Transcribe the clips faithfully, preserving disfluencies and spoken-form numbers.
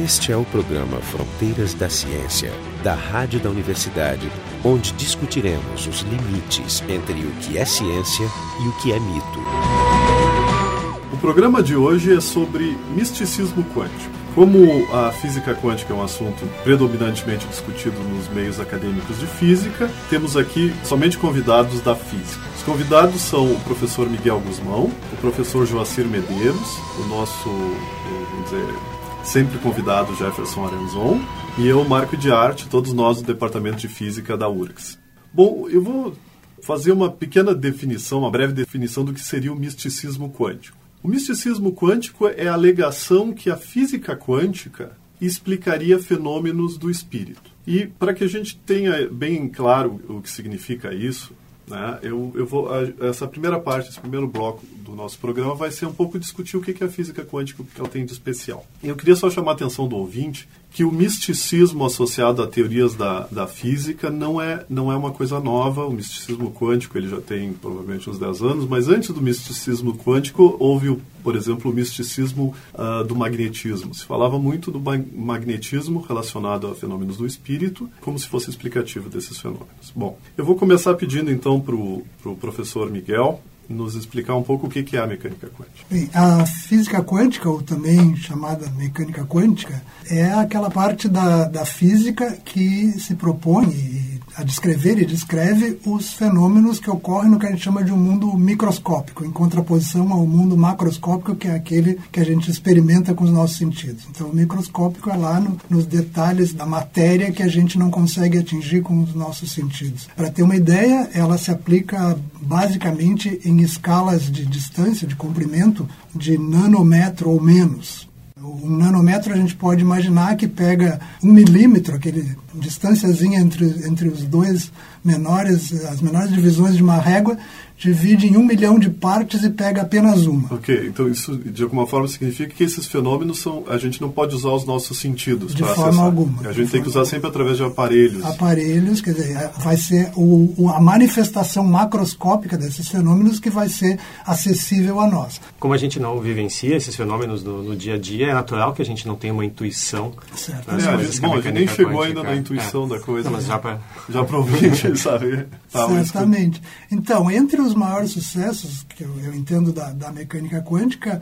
Este é o programa Fronteiras da Ciência, da Rádio da Universidade, onde discutiremos os limites entre o que é ciência e o que é mito. O programa de hoje é sobre misticismo quântico. Como a física quântica é um assunto predominantemente discutido nos meios acadêmicos de física, temos aqui somente convidados da física. Os convidados são o professor Miguel Guzmão, o professor Joacir Medeiros, o nosso, vamos dizer, sempre convidado Jefferson Aranzon, e eu, Marco de Arte, todos nós do Departamento de Física da U R G S. Bom, eu vou fazer uma pequena definição, uma breve definição do que seria o misticismo quântico. O misticismo quântico é a alegação que a física quântica explicaria fenômenos do espírito. E para que a gente tenha bem claro o que significa isso, né, eu, eu vou, essa primeira parte, esse primeiro bloco do nosso programa vai ser um pouco discutir o que é a física quântica, o que ela tem de especial. Eu queria só chamar a atenção do ouvinte que o misticismo associado a teorias da, da física não é, não é uma coisa nova. O misticismo quântico ele já tem provavelmente uns dez anos, mas antes do misticismo quântico houve, por exemplo, o misticismo uh, do magnetismo. Se falava muito do magnetismo relacionado a fenômenos do espírito, como se fosse explicativo desses fenômenos. Bom, eu vou começar pedindo então para o pro professor Miguel nos explicar um pouco o que é a mecânica quântica. Bem, a física quântica, ou também chamada mecânica quântica, é aquela parte da, da física que se propõe a descrever e descreve os fenômenos que ocorrem no que a gente chama de um mundo microscópico, em contraposição ao mundo macroscópico, que é aquele que a gente experimenta com os nossos sentidos. Então, o microscópico é lá no, nos detalhes da matéria que a gente não consegue atingir com os nossos sentidos. Para ter uma ideia, ela se aplica basicamente em escalas de distância, de comprimento, de nanômetro ou menos. Um nanômetro a gente pode imaginar que pega um milímetro, aquele distânciazinha entre, entre os dois menores, as menores divisões de uma régua, divide em um milhão de partes e pega apenas uma. Ok, então isso de alguma forma significa que esses fenômenos são, a gente não pode usar os nossos sentidos para acessar. De forma alguma. A gente tem que usar sempre através de aparelhos. Aparelhos, quer dizer, vai ser o, o, a manifestação macroscópica desses fenômenos que vai ser acessível a nós. Como a gente não vivencia esses fenômenos no, no dia a dia, é natural que a gente não tenha uma intuição. Certo. É, a gente, bom, a gente nem chegou ainda na intuição é. da coisa. Não, mas já para já para ouvir, sabe? Tá, certamente. Então, entre os maiores sucessos que eu, eu entendo da, da mecânica quântica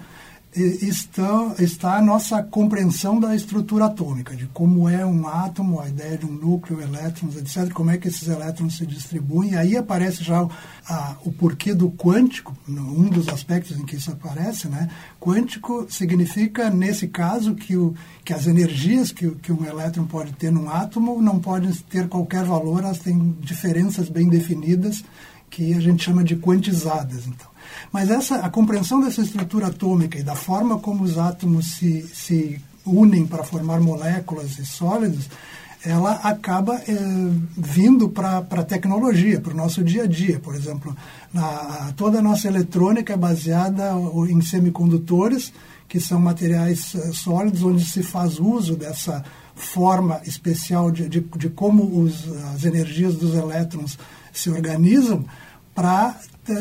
está, está a nossa compreensão da estrutura atômica, de como é um átomo, a ideia de um núcleo, elétrons, etcétera, como é que esses elétrons se distribuem. E aí aparece já a, o porquê do quântico, um dos aspectos em que isso aparece, né? Quântico significa, nesse caso, que, o, que as energias que, que um elétron pode ter num átomo não podem ter qualquer valor, elas têm diferenças bem definidas, que a gente chama de quantizadas, então. Mas essa, a compreensão dessa estrutura atômica e da forma como os átomos se, se unem para formar moléculas e sólidos, ela acaba eh, vindo para a tecnologia, para o nosso dia a dia. Por exemplo, na, toda a nossa eletrônica é baseada em semicondutores, que são materiais eh, sólidos, onde se faz uso dessa forma especial de, de, de como os, as energias dos elétrons se organizam para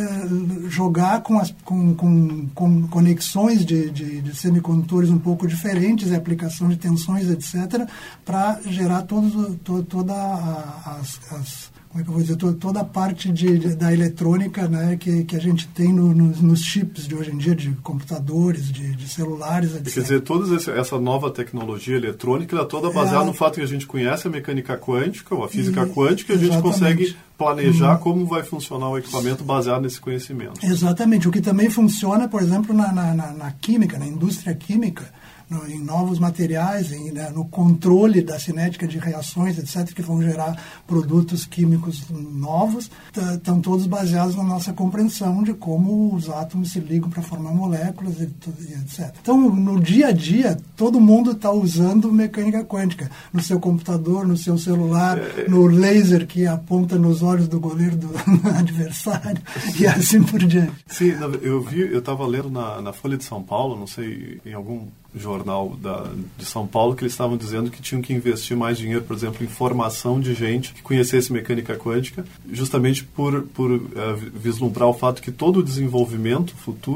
uh, jogar com, as, com, com, com conexões de, de, de semicondutores um pouco diferentes, e aplicação de tensões, etcétera, para gerar todos, to, toda a, as, as como é que eu vou dizer, toda, toda a parte de, de, da eletrônica, né, que, que a gente tem no, no, nos chips de hoje em dia, de computadores, de, de celulares, etcétera. Quer dizer, toda essa nova tecnologia eletrônica, ela é toda baseada é, no fato que a gente conhece a mecânica quântica, ou a física e, quântica, e a gente consegue planejar hum. como vai funcionar o equipamento baseado nesse conhecimento. Exatamente. O que também funciona, por exemplo, na, na, na química, na indústria química, no, em novos materiais, em, né, no controle da cinética de reações, etcétera, que vão gerar produtos químicos novos, estão todos baseados na nossa compreensão de como os átomos se ligam para formar moléculas, e, e etcétera. Então, no dia a dia, todo mundo está usando mecânica quântica, no seu computador, no seu celular, é, no laser que aponta nos olhos do goleiro do adversário, e assim por diante. Sim, eu vi, eu estava lendo na, na Folha de São Paulo, não sei, em algum jornal da, de São Paulo, que eles estavam dizendo que tinham que investir mais dinheiro, por exemplo, em formação de gente que conhecesse mecânica quântica, justamente por, por uh, vislumbrar o fato que todo o desenvolvimento futuro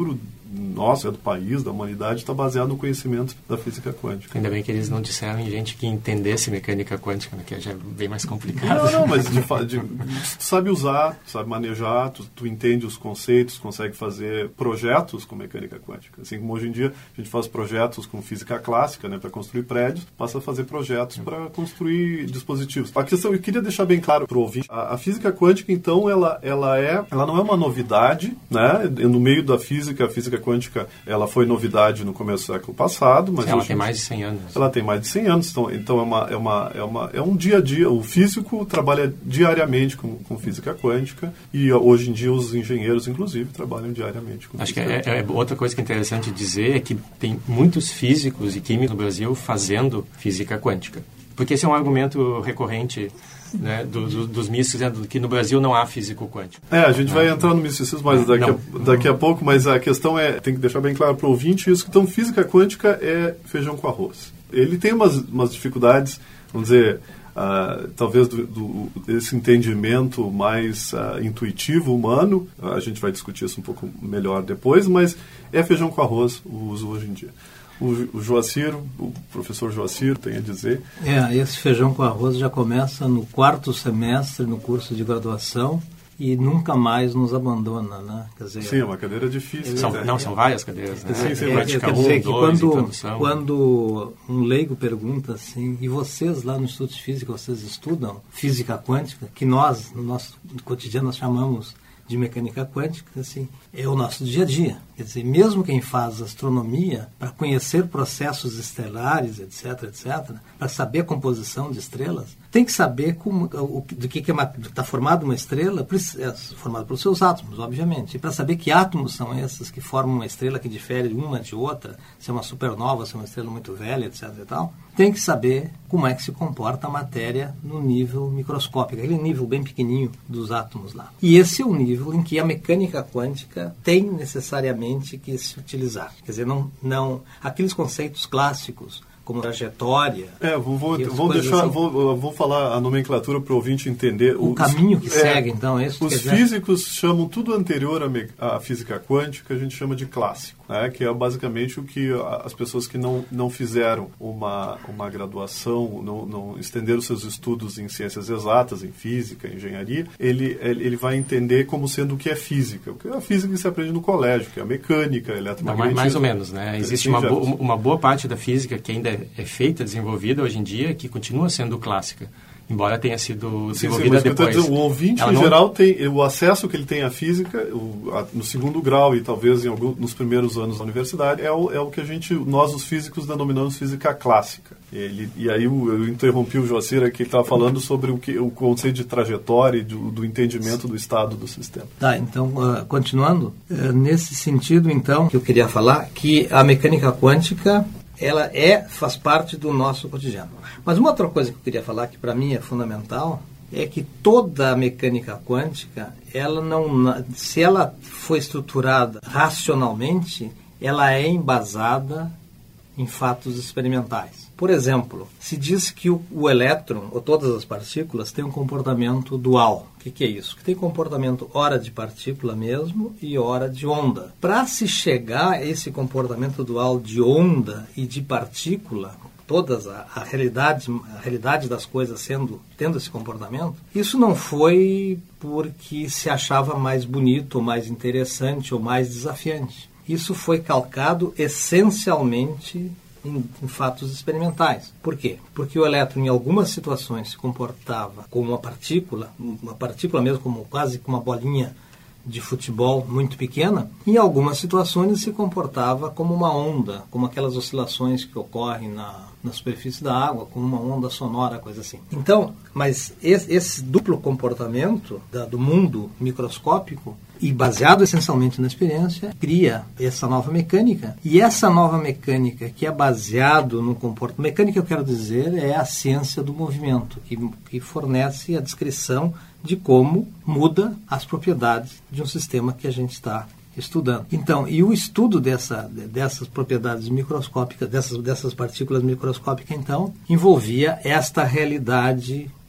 nosso, é do país, da humanidade, está baseado no conhecimento da física quântica. Ainda bem que eles não disseram em gente que entendesse mecânica quântica, né, que já é bem mais complicado. Não, não, mas de, de, tu sabe usar, sabe manejar, tu, tu entende os conceitos, consegue fazer projetos com mecânica quântica. Assim como hoje em dia a gente faz projetos com física clássica, né, para construir prédios, passa a fazer projetos para construir dispositivos. A questão, eu queria deixar bem claro para o ouvinte, a, a física quântica, então, ela, ela, é, ela não é uma novidade, né? No meio da física, a física quântica, ela foi novidade no começo do século passado, mas Sim, ela hoje, tem mais de cem anos. Ela tem mais de cem anos, então, então é, uma, é, uma, é, uma, é um dia a dia. O físico trabalha diariamente com, com física quântica e hoje em dia os engenheiros, inclusive, trabalham diariamente com Acho física que é, é, outra coisa que é interessante dizer é que tem muitos físicos e químicos no Brasil fazendo física quântica. Porque esse é um argumento recorrente, né, do, do, dos místicos, dizendo que no Brasil não há físico quântico. É, a gente vai entrar no misticismo mais daqui a, daqui a pouco, mas a questão é, tem que deixar bem claro para o ouvinte isso, então física quântica é feijão com arroz. Ele tem umas, umas dificuldades, vamos dizer, uh, talvez do, do, desse entendimento mais uh, intuitivo, humano, uh, a gente vai discutir isso um pouco melhor depois, mas é feijão com arroz o uso hoje em dia. O, o Joacir, o professor Joacir, tem a dizer. É, esse feijão com arroz já começa no quarto semestre no curso de graduação e nunca mais nos abandona, né? Quer dizer, sim, é uma cadeira difícil. São, não, são várias cadeiras, né? Sim, sim, é, vai é, quer dizer que quando, quando um leigo pergunta assim, e vocês lá no Instituto de Física, vocês estudam física quântica, que nós, no nosso cotidiano, nós chamamos de mecânica quântica, assim, é o nosso dia a dia. Quer dizer, mesmo quem faz astronomia, para conhecer processos estelares, etc, etcétera, para saber a composição de estrelas, tem que saber como, o, do que está formada uma estrela, é formada pelos seus átomos, obviamente. E para saber que átomos são esses que formam uma estrela que difere uma de outra, se é uma supernova, se é uma estrela muito velha, etc e tal, tem que saber como é que se comporta a matéria no nível microscópico, aquele nível bem pequenininho dos átomos lá. E esse é o nível em que a mecânica quântica tem necessariamente que se utilizar. Quer dizer, não, não, aqueles conceitos clássicos, como trajetória... É, vou, vou, vou deixar, assim, vou, vou falar a nomenclatura para o ouvinte entender. O os, caminho que é, segue, então, é isso. Os físicos chamam tudo anterior à, à física quântica, a gente chama de clássico, né, que é basicamente o que as pessoas que não, não fizeram uma, uma graduação, não, não estenderam seus estudos em ciências exatas, em física, em engenharia, ele, ele vai entender como sendo o que é física. O que é a física que se aprende no colégio, que é a mecânica, a eletromagnetismo. Mais ou menos, né? Existe uma, bo uma boa parte da física que ainda é feita, desenvolvida hoje em dia, que continua sendo clássica, embora tenha sido desenvolvida sim, sim, depois. Dizendo, o ouvinte, Ela em não... geral, tem o acesso que ele tem à física, o, a, no segundo grau e talvez em algum, nos primeiros anos da universidade, é o, é o que a gente, nós, os físicos, denominamos física clássica. Ele, e aí eu, eu interrompi o Joacir aqui, ele estava falando sobre o, que, o conceito de trajetória e do, do entendimento do estado do sistema. Tá, então, uh, continuando, uh, nesse sentido, então, que eu queria falar, que a mecânica quântica ela é, faz parte do nosso cotidiano. Mas uma outra coisa que eu queria falar, que para mim é fundamental, é que toda a mecânica quântica, ela não, se ela foi estruturada racionalmente, ela é embasada em fatos experimentais. Por exemplo, se diz que o, o elétron, ou todas as partículas, têm um comportamento dual. O que, que é isso? Que tem comportamento ora de partícula mesmo e ora de onda. Para se chegar a esse comportamento dual de onda e de partícula, todas a, a realidade a realidade das coisas sendo tendo esse comportamento, isso não foi porque se achava mais bonito, ou mais interessante, ou mais desafiante. Isso foi calcado essencialmente em, em fatos experimentais. Por quê? Porque o elétron, em algumas situações, se comportava como uma partícula, uma partícula mesmo, como quase como uma bolinha de futebol muito pequena. Em algumas situações, se comportava como uma onda, como aquelas oscilações que ocorrem na, na superfície da água, como uma onda sonora, coisa assim. Então, mas esse, esse duplo comportamento da, do mundo microscópico, e baseado essencialmente na experiência, cria essa nova mecânica. E essa nova mecânica que é baseado no comportamento... Mecânica, eu quero dizer, é a ciência do movimento, que, que fornece a descrição de como muda as propriedades de um sistema que a gente está estudando. Então, e o estudo dessa, dessas propriedades microscópicas, dessas, dessas partículas microscópicas, então, envolvia esta realidade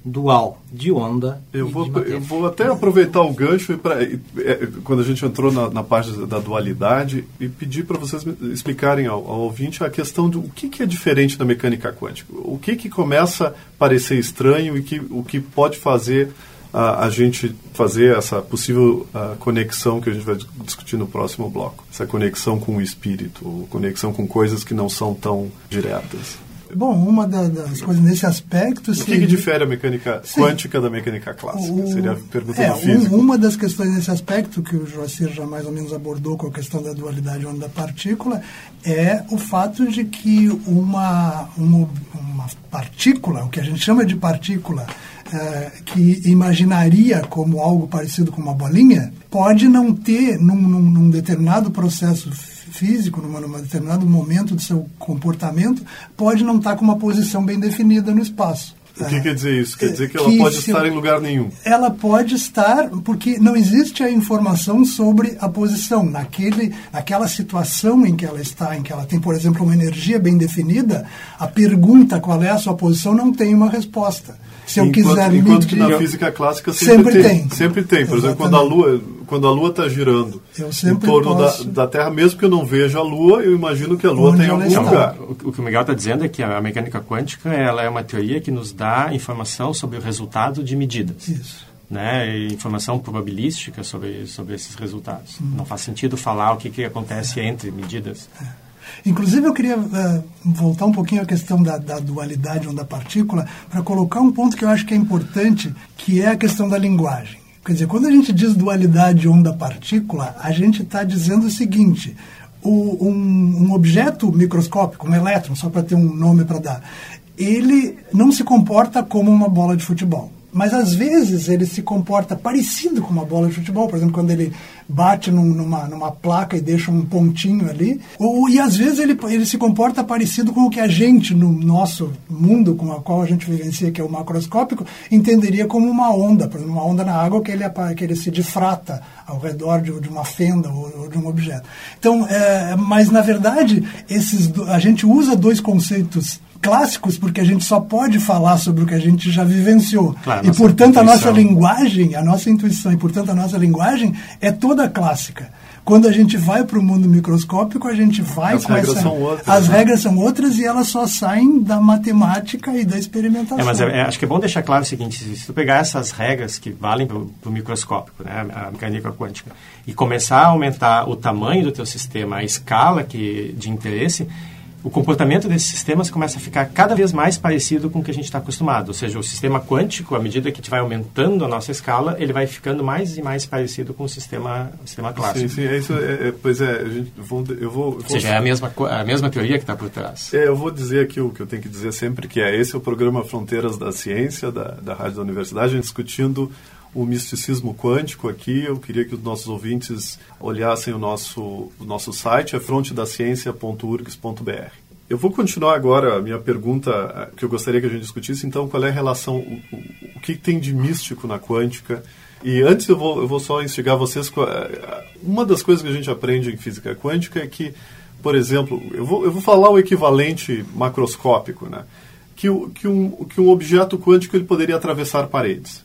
dual de onda eu e vou, de matéria. Eu vou até aproveitar o gancho, e pra, e, é, quando a gente entrou na, na parte da dualidade, e pedir para vocês explicarem ao, ao ouvinte a questão do o que, que é diferente da mecânica quântica. O que, que começa a parecer estranho e que, o que pode fazer a, a gente fazer essa possível a, conexão que a gente vai discutir no próximo bloco. Essa conexão com o espírito, conexão com coisas que não são tão diretas. Bom, uma da, das coisas nesse aspecto... O que, seria... que difere a mecânica Sim. quântica da mecânica clássica? O... Seria a pergunta é, do físico. Um, uma das questões nesse aspecto, que o Joacir já mais ou menos abordou com a questão da dualidade onda-partícula, é o fato de que uma, uma, uma partícula, o que a gente chama de partícula, é, que imaginaria como algo parecido com uma bolinha, pode não ter, num, num, num determinado processo físico, num, num determinado momento do seu comportamento, pode não estar com uma posição bem definida no espaço. O que é, quer dizer isso? Quer dizer que ela que pode estar em lugar nenhum? Ela pode estar, porque não existe a informação sobre a posição. Naquele, naquela situação em que ela está, em que ela tem, por exemplo, uma energia bem definida, a pergunta qual é a sua posição não tem uma resposta. Se eu enquanto, quiser enquanto medir, que na física clássica sempre, sempre tem, tem. Sempre tem. Por Exatamente. exemplo, quando a Lua quando a Lua está girando em torno posso... da, da Terra, mesmo que eu não veja a Lua, eu imagino que a Lua está em algum está. lugar. O, o que o Miguel está dizendo é que a mecânica quântica ela é uma teoria que nos dá informação sobre o resultado de medidas. Isso. Né, e informação probabilística sobre, sobre esses resultados. Hum. Não faz sentido falar o que, que acontece é. entre medidas. É. Inclusive, eu queria uh, voltar um pouquinho à questão da, da dualidade onda-partícula para colocar um ponto que eu acho que é importante, que é a questão da linguagem. Quer dizer, quando a gente diz dualidade onda-partícula, a gente está dizendo o seguinte: o, um, um objeto microscópico, um elétron, só para ter um nome para dar, ele não se comporta como uma bola de futebol. Mas, às vezes, ele se comporta parecido com uma bola de futebol. Por exemplo, quando ele bate num, numa, numa placa e deixa um pontinho ali. Ou, e, às vezes, ele, ele se comporta parecido com o que a gente, no nosso mundo, com a qual a gente vivencia, que é o macroscópico, entenderia como uma onda. Por exemplo, uma onda na água que ele, que ele se difrata ao redor de, de uma fenda ou, ou de um objeto. Então, é, mas, na verdade, esses, a gente usa dois conceitos clássicos porque a gente só pode falar sobre o que a gente já vivenciou. Claro, e, portanto, intuição. a nossa linguagem, a nossa intuição e, portanto, a nossa linguagem é toda clássica. Quando a gente vai para o mundo microscópico, a gente vai As com regras essa... São outras, As né? regras são outras e elas só saem da matemática e da experimentação. É, mas é, é, acho que é bom deixar claro o seguinte: se tu pegar essas regras que valem para o microscópico, né, a mecânica quântica, e começar a aumentar o tamanho do teu sistema, a escala que, de interesse, o comportamento desses sistemas começa a ficar cada vez mais parecido com o que a gente está acostumado. Ou seja, o sistema quântico, à medida que a gente vai aumentando a nossa escala, ele vai ficando mais e mais parecido com o sistema, o sistema clássico. Sim, sim, é isso. É, é, pois é, a gente, eu vou, eu vou, Ou seja, é a mesma, a mesma teoria que está por trás. É, eu vou dizer aqui o que eu tenho que dizer sempre, que é esse é o programa Fronteiras da Ciência, da, da Rádio da Universidade, a gente discutindo o misticismo quântico aqui. Eu queria que os nossos ouvintes olhassem o nosso, o nosso site, é fronte da ciência ponto urgs ponto b r. Eu vou continuar agora a minha pergunta que eu gostaria que a gente discutisse. Então, qual é a relação, o, o, o que tem de místico na quântica? E antes eu vou, eu vou só instigar vocês com a, uma das coisas que a gente aprende em física quântica é que, por exemplo, eu vou, eu vou falar o equivalente macroscópico, né? Que, o, que, um, que um objeto quântico ele poderia atravessar paredes.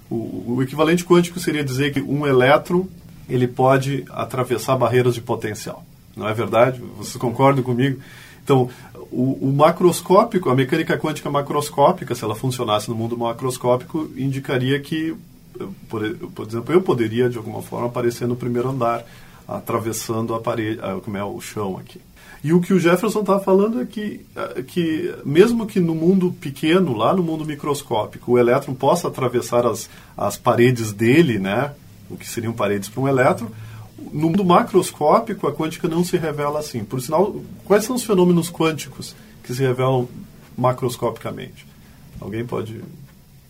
O, o equivalente quântico seria dizer que um elétron ele pode atravessar barreiras de potencial. Não é verdade? Vocês concordam comigo? Então, o, o macroscópico, a mecânica quântica macroscópica, se ela funcionasse no mundo macroscópico, indicaria que, por, por exemplo, eu poderia, de alguma forma, aparecer no primeiro andar, atravessando a parede, como é o chão aqui. E o que o Jefferson estava falando é que, que, mesmo que no mundo pequeno, lá no mundo microscópico, o elétron possa atravessar as, as paredes dele, né, o que seriam paredes para um elétron, no mundo macroscópico, a quântica não se revela assim. Por sinal, quais são os fenômenos quânticos que se revelam macroscopicamente? Alguém pode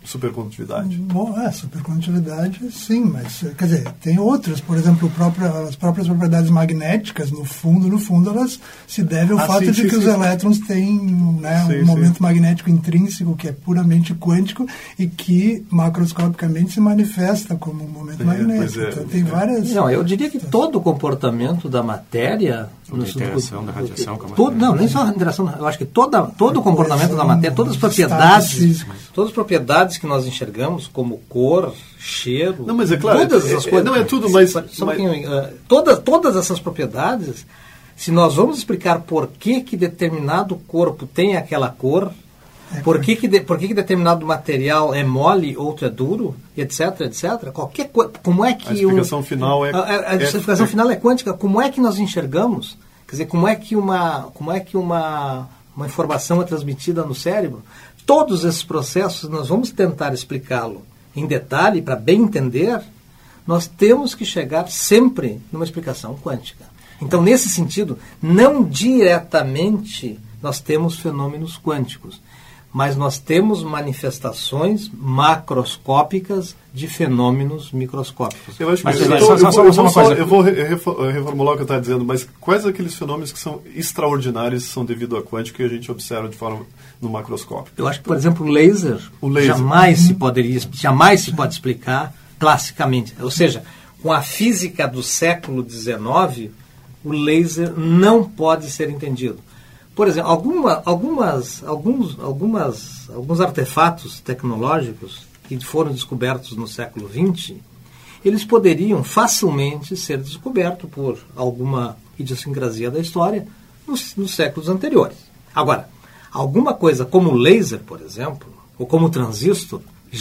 supercondutividade? Bom, é, supercondutividade, sim, mas, quer dizer, tem outras, por exemplo, própria, as próprias propriedades magnéticas, no fundo, no fundo, elas se devem ao ah, fato sim, de sim, que sim, os sim. elétrons têm, né, sim, um momento sim. magnético intrínseco que é puramente quântico e que macroscopicamente se manifesta como um momento É, magnético. é, então, tem é. várias... Não, eu diria que todo o comportamento da matéria... Da interação, da radiação com a todo, matéria. Não, nem só a interação, eu acho que toda, todo o comportamento da matéria, todas as Estados propriedades, físicos. todas as propriedades que nós enxergamos, como cor, cheiro... Não, mas é claro, todas é- essas é- coisas, não é tudo, mas- Só um mas- pouquinho, uh, todas, todas essas propriedades, se nós vamos explicar por que, que determinado corpo tem aquela cor, É por que, que, de, por que, que determinado material é mole, outro é duro, etc, etc, qualquer coisa, como é que... A explicação um, final é... A, a, a é- explicação é- final é quântica. Como é que nós enxergamos? Quer dizer, como é que uma, como é que uma, uma informação é transmitida no cérebro? Todos esses processos, nós vamos tentar explicá-lo em detalhe, para bem entender, nós temos que chegar sempre numa explicação quântica. Então, nesse sentido, não diretamente nós temos fenômenos quânticos, mas nós temos manifestações macroscópicas de fenômenos microscópicos. Eu acho que Mas, eu, mas, eu, só- eu, só- vou- só eu uma vou, só- coisa. eu vou re- refo- reformular o que eu estava dizendo, mas quais aqueles fenômenos que são extraordinários são devido à quântica e a gente observa de forma no macroscópio? Eu acho que, por exemplo, o laser, O laser. jamais se poderia, jamais se pode explicar classicamente. Ou seja, com a física do século dezenove, o laser não pode ser entendido. Por exemplo, alguma, algumas, alguns, algumas, alguns artefatos tecnológicos que foram descobertos no século vinte, eles poderiam facilmente ser descobertos por alguma idiosincrasia da história nos, nos séculos anteriores. Agora, alguma coisa como o laser, por exemplo, ou como o transistor,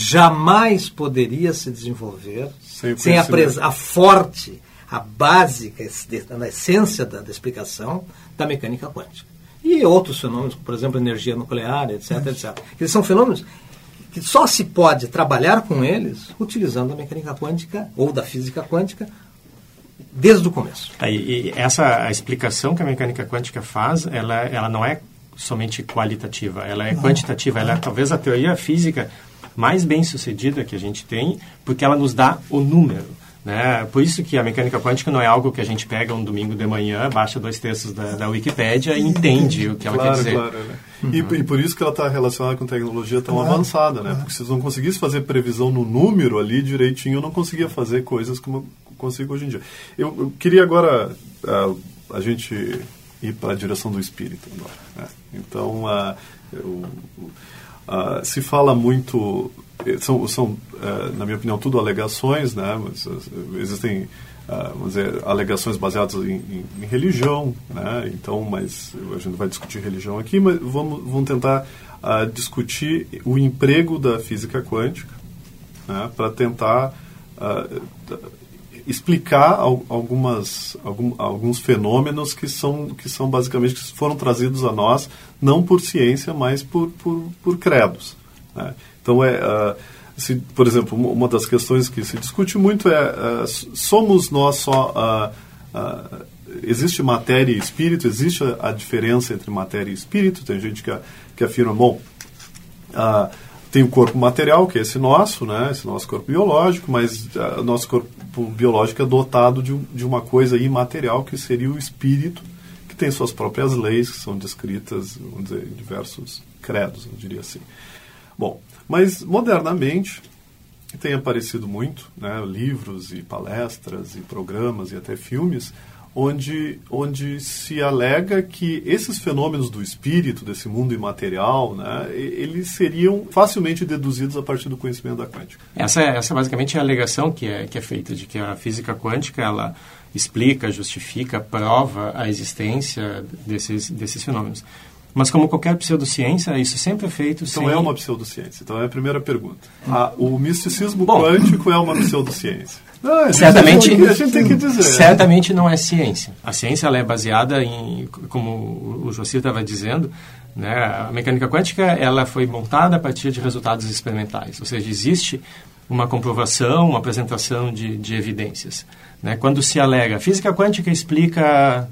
jamais poderia se desenvolver Sem o sem a, conhecimento. pres- a forte, a básica, a essência da, da explicação da mecânica quântica. E outros fenômenos, por exemplo, energia nuclear, etc, etcétera. Eles são fenômenos que só se pode trabalhar com eles utilizando a mecânica quântica ou da física quântica desde o começo. Tá, e, e essa a explicação que a mecânica quântica faz, ela, ela não é somente qualitativa, ela é quantitativa, ela é talvez a teoria física mais bem sucedida que a gente tem, porque ela nos dá o número. Né? Por isso que a mecânica quântica não é algo que a gente pega um domingo de manhã, baixa dois textos da, da Wikipédia e entende o que ela Claro, quer dizer. claro. Né? E, e por isso que ela está relacionada com tecnologia tão Claro, avançada, né? claro. Porque se eu não conseguisse fazer previsão no número ali direitinho, eu não conseguia fazer coisas como eu consigo hoje em dia. Eu, eu queria agora uh, a gente ir para a direção do espírito agora, né? Então, uh, eu, uh, se fala muito... São, são uh, na minha opinião, tudo alegações, né? Mas, uh, existem... Uh, vamos dizer, alegações baseadas em, em, em religião, né? Então, mas a gente não vai discutir religião aqui, mas vamos, vamos tentar uh, discutir o emprego da física quântica, né? Para tentar uh, explicar al, algumas, algum, alguns fenômenos que são, que são basicamente que foram trazidos a nós não por ciência, mas por, por, por credos, né? Então, é... Uh, Se, por exemplo, uma das questões que se discute muito é uh, somos nós só uh, uh, existe matéria e espírito, existe a, a diferença entre matéria e espírito. Tem gente que, que afirma, bom, uh, tem o corpo material, que é esse nosso, né, esse nosso corpo biológico, mas o uh, nosso corpo biológico é dotado de, de uma coisa imaterial, que seria o espírito, que tem suas próprias leis, que são descritas, vamos dizer, em diversos credos, eu diria assim. Bom, mas modernamente tem aparecido muito, né, livros e palestras e programas e até filmes onde, onde se alega que esses fenômenos do espírito, desse mundo imaterial, né, eles seriam facilmente deduzidos a partir do conhecimento da quântica. Essa é, essa basicamente é a alegação que é, que é feita, de que a física quântica ela explica, justifica, prova a existência desses, desses fenômenos. Mas como qualquer pseudociência, isso sempre é feito então sem... Então é uma pseudociência. Então é a primeira pergunta. Ah, o misticismo Bom, quântico é uma pseudociência. Não, a gente certamente, tem que, a gente tem que dizer. Certamente não é ciência. A ciência ela é baseada em, como o Jocir estava dizendo, né, a mecânica quântica ela foi montada a partir de resultados experimentais. Ou seja, existe uma comprovação, uma apresentação de, de evidências. Né? Quando se alega, a física quântica explica...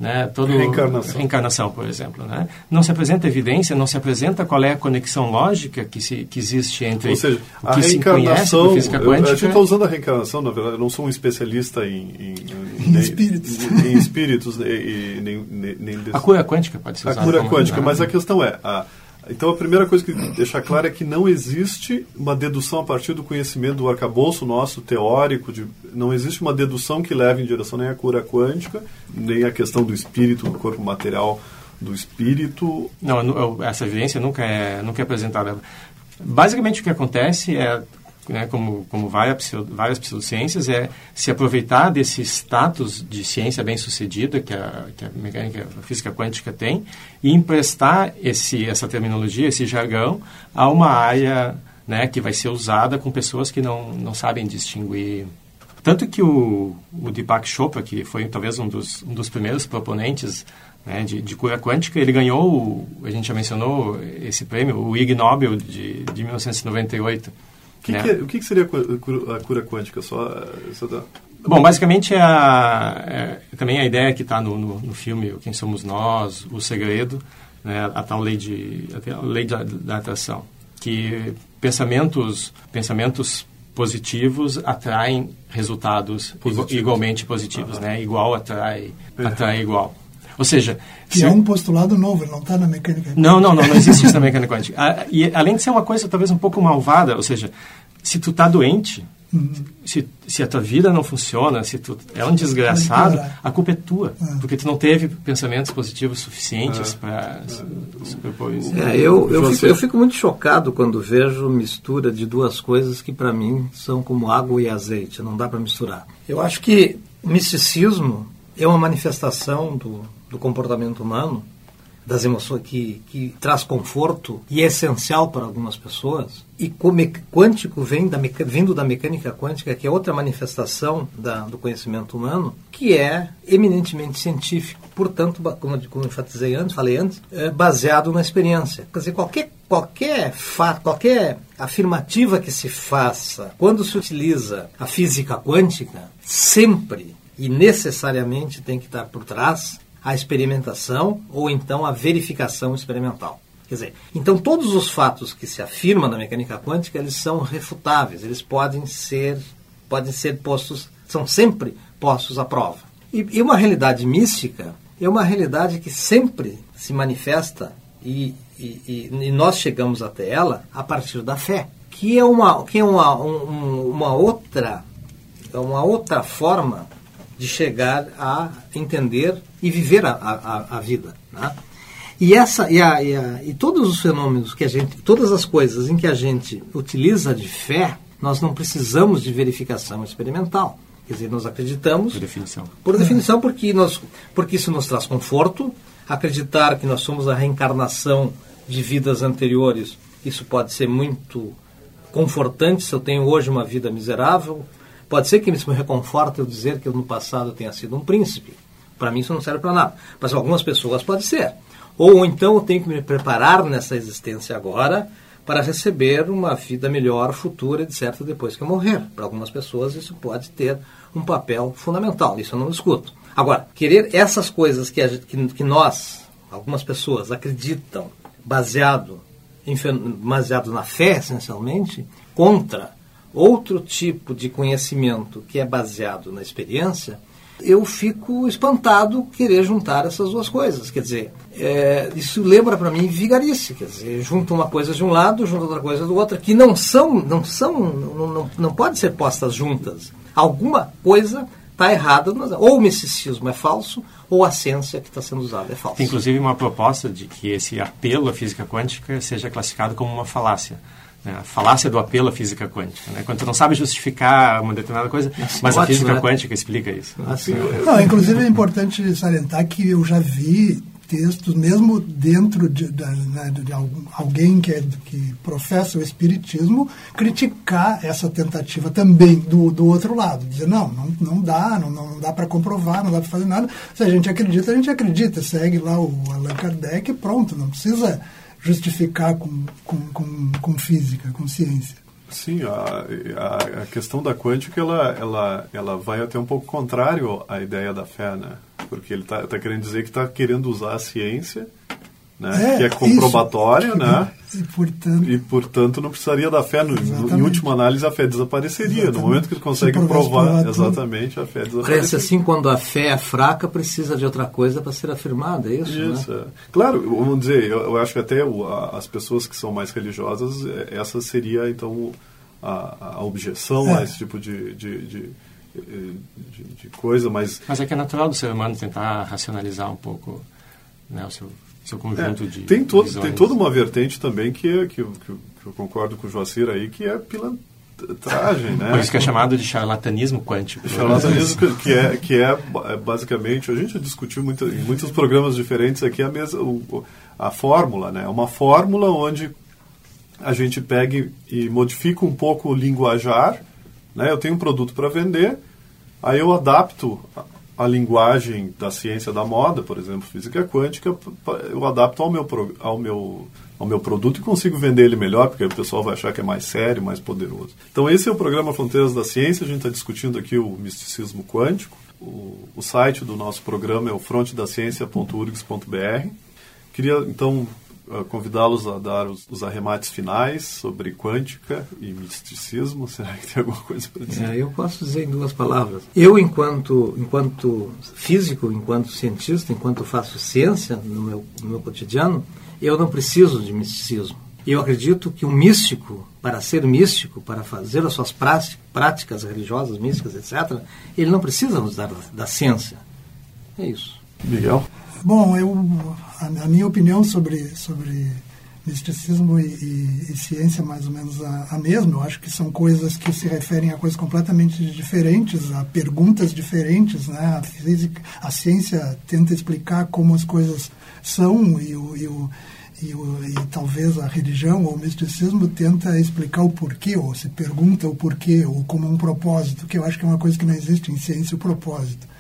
né, todo reencarnação. reencarnação, por exemplo, né? Não se apresenta evidência, não se apresenta qual é a conexão lógica que, se, que existe entre Ou seja, o a que reencarnação, se física quântica. Eu, a gente está usando a reencarnação, na verdade, eu não sou um especialista em, em, em, em espíritos, em, em espíritos e, e, nem, nem, nem a cura quântica pode ser usada. A cura como, quântica, né? Mas a questão é, a, então a primeira coisa que deixar claro é que não existe uma dedução a partir do conhecimento do arcabouço nosso teórico, de, não existe uma dedução que leve em direção nem à cura quântica, nem à questão do espírito, do corpo material do espírito. Não, essa evidência nunca é, nunca é apresentada. Basicamente o que acontece é, né, como, como várias, várias pseudociências, é se aproveitar desse status de ciência bem-sucedida que a, que a mecânica, a física quântica tem e emprestar esse, essa terminologia, esse jargão, a uma área, né, que vai ser usada com pessoas que não, não sabem distinguir. Tanto que o, o Deepak Chopra, que foi talvez um dos, um dos primeiros proponentes, né, de, de cura quântica, ele ganhou, o, a gente já mencionou esse prêmio, o Ig Nobel de, de mil novecentos e noventa e oito. Que né? que é, o que seria a cura, a cura quântica? Só, só dá... Bom, basicamente é, a, é também a ideia que está no, no, no filme Quem Somos Nós, O Segredo, né, a tal lei, de, a lei da, da atração, que pensamentos, pensamentos positivos atraem resultados positivos. igualmente positivos, uhum. né? Igual atrai, uhum. atrai igual. Ou seja... Que se... é um postulado novo, não está na mecânica quântica. Não, não, não, não existe isso na mecânica quântica. Ah, e além de ser uma coisa talvez um pouco malvada, ou seja, se tu está doente, uhum. se, se a tua vida não funciona, se tu é um desgraçado, a culpa é tua, uhum. porque tu não teve pensamentos positivos suficientes uhum. para uhum. superpor isso. É, eu, eu, fico, eu fico muito chocado quando vejo mistura de duas coisas que para mim são como água e azeite, não dá para misturar. Eu acho que o misticismo é uma manifestação do do comportamento humano, das emoções, que, que traz conforto e é essencial para algumas pessoas. E como quântico vem da, vindo da mecânica quântica, que é outra manifestação da, do conhecimento humano, que é eminentemente científico. Portanto, como, como eu enfatizei antes, falei antes, é baseado na experiência. Quer dizer, qualquer, qualquer, fa, qualquer afirmativa que se faça, quando se utiliza a física quântica, sempre e necessariamente tem que estar por trás a experimentação ou então a verificação experimental. Quer dizer, então todos os fatos que se afirmam na mecânica quântica, eles são refutáveis, eles podem ser, podem ser postos, são sempre postos à prova. E, e uma realidade mística é uma realidade que sempre se manifesta e, e, e nós chegamos até ela a partir da fé, que é uma, que é uma, um, uma, outra, uma outra forma de chegar a entender e viver a, a, a vida, né? E, essa, e, a, e, a, e todos os fenômenos que a gente, todas as coisas em que a gente utiliza de fé, nós não precisamos de verificação experimental. Quer dizer, nós acreditamos... Por definição. Por definição, porque, nós, porque isso nos traz conforto. Acreditar que nós somos a reencarnação de vidas anteriores, isso pode ser muito confortante se eu tenho hoje uma vida miserável. Pode ser que isso me reconforte eu dizer que eu no passado tenha sido um príncipe. Para mim isso não serve para nada. Mas algumas pessoas pode ser. Ou então eu tenho que me preparar nessa existência agora para receber uma vida melhor, futura, etcétera, depois que eu morrer. Para algumas pessoas isso pode ter um papel fundamental. Isso eu não discuto. Agora, querer essas coisas que, a, que, que nós, algumas pessoas, acreditam baseado, em, baseado na fé, essencialmente, contra outro tipo de conhecimento que é baseado na experiência, eu fico espantado querer juntar essas duas coisas. Quer dizer, é, isso lembra para mim vigarice. Quer dizer, junta uma coisa de um lado, junta outra coisa do outro, que não são, não são, não, não, não podem ser postas juntas. Alguma coisa está errada, ou o misticismo é falso, ou a ciência que está sendo usada é falsa. Tem inclusive uma proposta de que esse apelo à física quântica seja classificado como uma falácia. A falácia do apelo à física quântica, né? Quando tu não sabe justificar uma determinada coisa, assim, mas ótimo, a física, né, quântica explica isso. Assim, não, inclusive é importante salientar que eu já vi textos, mesmo dentro de, de, de, de alguém que, é, que professa o espiritismo, criticar essa tentativa também do, do outro lado. Dizer, não, não, não dá, não, não dá para comprovar, não dá para fazer nada. Se a gente acredita, a gente acredita. Segue lá o Allan Kardec e pronto, não precisa justificar com, com, com, com física, com ciência. Sim, a, a, a questão da quântica, ela, ela, ela vai até um pouco contrário à ideia da fé, né? porque ele está tá querendo dizer que está querendo usar a ciência, né, é, que é comprobatória, isso. né? E portanto, e, portanto, não precisaria da fé. No, em última análise, a fé desapareceria. Exatamente. No momento que ele consegue provar, provar exatamente, a fé desapareceria. Parece assim, quando a fé é fraca, precisa de outra coisa para ser afirmada, é isso? Isso, né? é. Claro, vamos dizer, eu, eu acho que até o, a, as pessoas que são mais religiosas, essa seria, então, a, a objeção é. a esse tipo de... de, de De, de coisa, mas... Mas é que é natural do ser humano tentar racionalizar um pouco, né, o seu, seu conjunto é, de tem, todo, visões. tem toda uma vertente também que, é, que, que, que eu concordo com o Joacir aí, que é pilantragem, né? Por isso que é chamado de charlatanismo quântico. Charlatanismo que é, que é basicamente, a gente discutiu muito, em muitos programas diferentes aqui, a, mesma, o, a fórmula, né? Uma fórmula onde a gente pega e modifica um pouco o linguajar, né? Eu tenho um produto para vender, aí eu adapto a, a linguagem da ciência da moda, por exemplo, física quântica, eu adapto ao meu, ao meu, ao meu produto e consigo vender ele melhor, porque o pessoal vai achar que é mais sério, mais poderoso. Então esse é o programa Fronteiras da Ciência, a gente está discutindo aqui o misticismo quântico. O, o site do nosso programa é o fronte da ciência ponto u r g s ponto b r. Queria, então, convidá-los a dar os, os arremates finais sobre quântica e misticismo. Será que tem alguma coisa para dizer? É, eu posso dizer em duas palavras. Eu, enquanto, enquanto físico, enquanto cientista, enquanto faço ciência no meu, no meu cotidiano, eu não preciso de misticismo. Eu acredito que o místico, para ser místico, para fazer as suas práticas religiosas, místicas, etcétera, ele não precisa nos dar da, da ciência. É isso. Miguel? Bom, eu, a, a minha opinião sobre, sobre misticismo e, e, e ciência é mais ou menos a, a mesma. Eu acho que são coisas que se referem a coisas completamente diferentes, a perguntas diferentes, né? A física, a ciência tenta explicar como as coisas são e o, e, o, e, o, e talvez a religião ou o misticismo tenta explicar o porquê, ou se pergunta o porquê, ou como um propósito, que eu acho que é uma coisa que não existe em ciência, o propósito.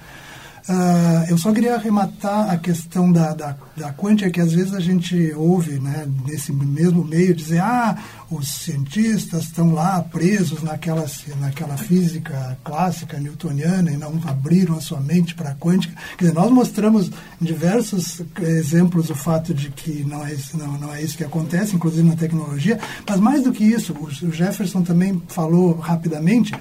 Uh, eu só queria arrematar a questão da, da, da quântica, que às vezes a gente ouve, né, nesse mesmo meio dizer, ah, os cientistas estão lá presos naquela, naquela física clássica newtoniana e não abriram a sua mente para a quântica. Quer dizer, nós mostramos em diversos exemplos o fato de que não é, não, não é isso que acontece, inclusive na tecnologia, mas mais do que isso, o, o Jefferson também falou rapidamente,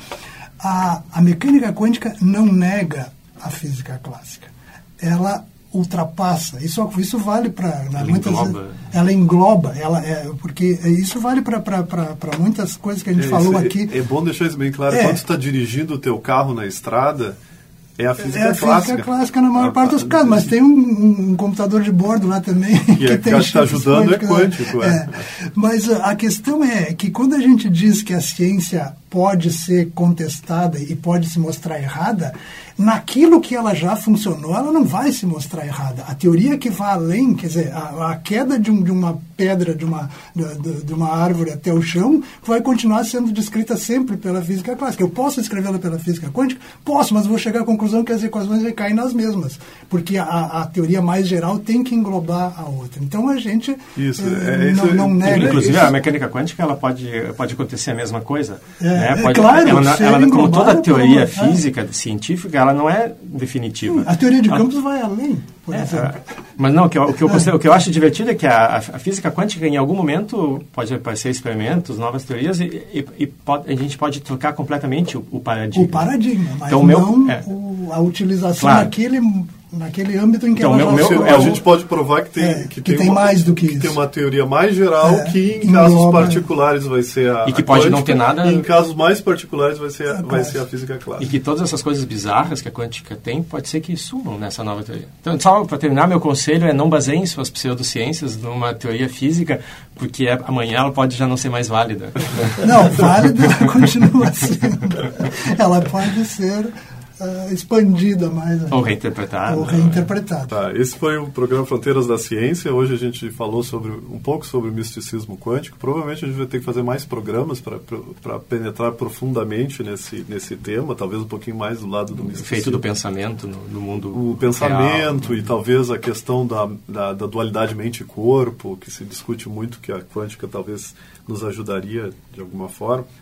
a, a mecânica quântica não nega a física clássica. Ela ultrapassa. Isso, isso vale para... Ela muitas, engloba. Ela engloba. Ela é, porque isso vale para muitas coisas que a gente é, falou é, aqui. É bom deixar isso bem claro. É. Quando você está dirigindo o teu carro na estrada, é a física é a clássica. física clássica na maior a, parte dos a, casos, mas tem um, um, um computador de bordo lá também que, que, é, tem que está ajudando quânticos, é quântico. É. É. Mas a questão é que quando a gente diz que a ciência pode ser contestada e pode se mostrar errada, naquilo que ela já funcionou, ela não vai se mostrar errada. A teoria que vai além, quer dizer, a, a queda de, um, de uma pedra, de uma, de, de uma árvore até o chão, vai continuar sendo descrita sempre pela física clássica. Eu posso escrevê-la pela física quântica? Posso, mas vou chegar à conclusão que as equações recaem nas mesmas, porque a, a teoria mais geral tem que englobar a outra. Então a gente isso, eh, é, não, isso, não nega. Inclusive isso. A mecânica quântica ela pode, pode acontecer a mesma coisa. É, né? é pode, claro, ela, ela, como toda teoria por uma, física, é. científica, ela não é definitiva. A teoria de ela, campos vai além, por é, exemplo. Mas não, o que, eu, o, que eu, o que eu acho divertido é que a, a física quântica, em algum momento, pode aparecer experimentos, novas teorias, e, e, e pode, a gente pode trocar completamente o, o paradigma. O paradigma, mas então, não meu, é. o, a utilização claro. naquele, naquele âmbito em que então, ela meu, vai meu, é, A gente pode provar que tem, é, que que tem, tem uma, mais do que, que isso. tem uma teoria mais geral é, que em engloba, casos particulares vai ser a E que a pode quântica, não ter nada... E em casos mais particulares vai ser, a, É, vai ser a física clássica. E que todas essas coisas bizarras que a quântica tem, pode ser que sumam nessa nova teoria. Então, só para terminar, meu conselho é não baseiem suas pseudociências numa teoria física, porque é, amanhã ela pode já não ser mais válida. Não, válida ela continua sendo. Ela pode ser uh, expandida mais. Ou reinterpretada. Ou reinterpretada. Tá, esse foi o programa Fronteiras da Ciência. Hoje a gente falou sobre, um pouco sobre o misticismo quântico. Provavelmente a gente vai ter que fazer mais programas para penetrar profundamente nesse, nesse tema, talvez um pouquinho mais do lado do o misticismo. efeito do pensamento no, no mundo O pensamento real. E talvez a questão da, da, da dualidade mente e corpo, que se discute muito, que a quântica talvez nos ajudaria de alguma forma.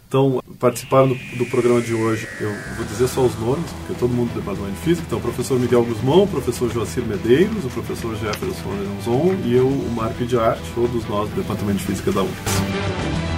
Então, participaram do, do programa de hoje, eu vou dizer só os nomes, porque todo mundo do Departamento de Física. Então, o professor Miguel Guzmão, o professor Joacir Medeiros, o professor Jefferson Lenzon e eu, o Marco de Arte, todos nós do Departamento de Física da U F R G S.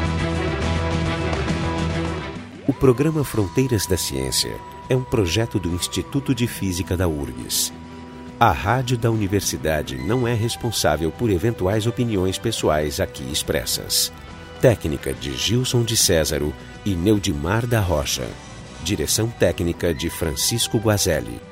O programa Fronteiras da Ciência é um projeto do Instituto de Física da U F R G S. A rádio da universidade não é responsável por eventuais opiniões pessoais aqui expressas. Técnica de Gilson de Césaro e Neudimar da Rocha. Direção técnica de Francisco Guazelli.